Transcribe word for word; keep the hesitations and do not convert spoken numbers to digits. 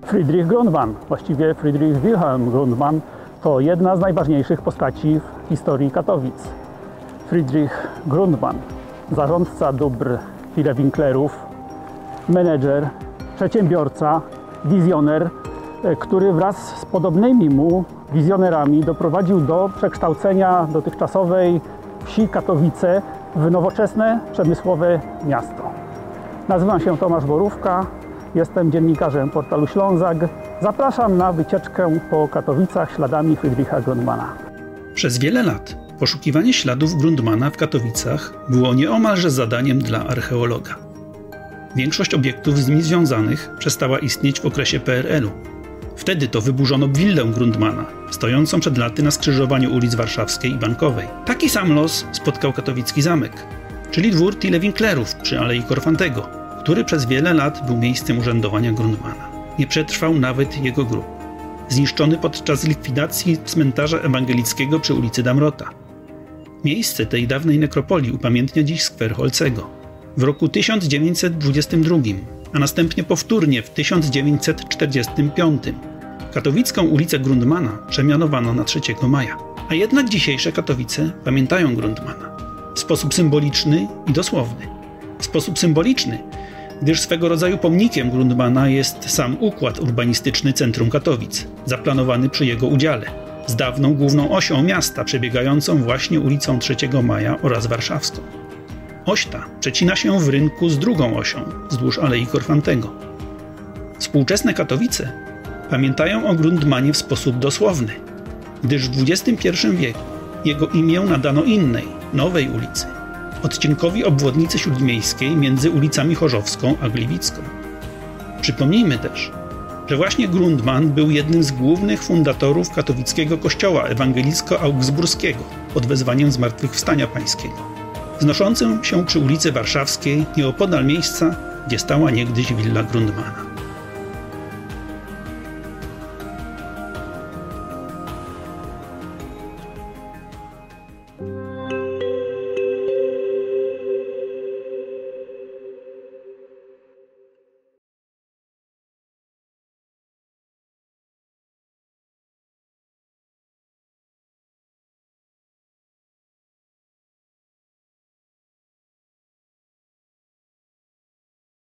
Friedrich Grundmann, właściwie Friedrich Wilhelm Grundmann, to jedna z najważniejszych postaci w historii Katowic. Friedrich Grundmann, zarządca dóbr Winklerów, menedżer, przedsiębiorca, wizjoner, który wraz z podobnymi mu wizjonerami doprowadził do przekształcenia dotychczasowej wsi Katowice w nowoczesne, przemysłowe miasto. Nazywam się Tomasz Borówka, jestem dziennikarzem portalu Ślązak. Zapraszam na wycieczkę po Katowicach śladami Friedricha Grundmana. Przez wiele lat poszukiwanie śladów Grundmana w Katowicach było nieomalże zadaniem dla archeologa. Większość obiektów z nim związanych przestała istnieć w okresie P R L-u. Wtedy to wyburzono willę Grundmana, stojącą przed laty na skrzyżowaniu ulic Warszawskiej i Bankowej. Taki sam los spotkał katowicki zamek, czyli dwór Winklerów przy Alei Korfantego, który przez wiele lat był miejscem urzędowania Grundmana. Nie przetrwał nawet jego grób, zniszczony podczas likwidacji cmentarza ewangelickiego przy ulicy Damrota. Miejsce tej dawnej nekropolii upamiętnia dziś skwer Holcego. W roku tysiąc dziewięćset dwudziestym drugim, a następnie powtórnie w tysiąc dziewięćset czterdziestym piątym, katowicką ulicę Grundmana przemianowano na trzeciego maja. A jednak dzisiejsze Katowice pamiętają Grundmana w sposób symboliczny i dosłowny. W sposób symboliczny, gdyż swego rodzaju pomnikiem Grundmana jest sam układ urbanistyczny centrum Katowic, zaplanowany przy jego udziale, z dawną główną osią miasta przebiegającą właśnie ulicą trzeciego maja oraz Warszawską. Oś ta przecina się w rynku z drugą osią, wzdłuż Alei Korfantego. Współczesne Katowice pamiętają o Grundmanie w sposób dosłowny, gdyż w dwudziestym pierwszym wieku jego imię nadano innej, nowej ulicy, odcinkowi obwodnicy śródmiejskiej między ulicami Chorzowską a Gliwicką. Przypomnijmy też, że właśnie Grundman był jednym z głównych fundatorów katowickiego kościoła ewangelicko-augsburskiego pod wezwaniem Zmartwychwstania Pańskiego, wznoszącym się przy ulicy Warszawskiej nieopodal miejsca, gdzie stała niegdyś willa Grundmana.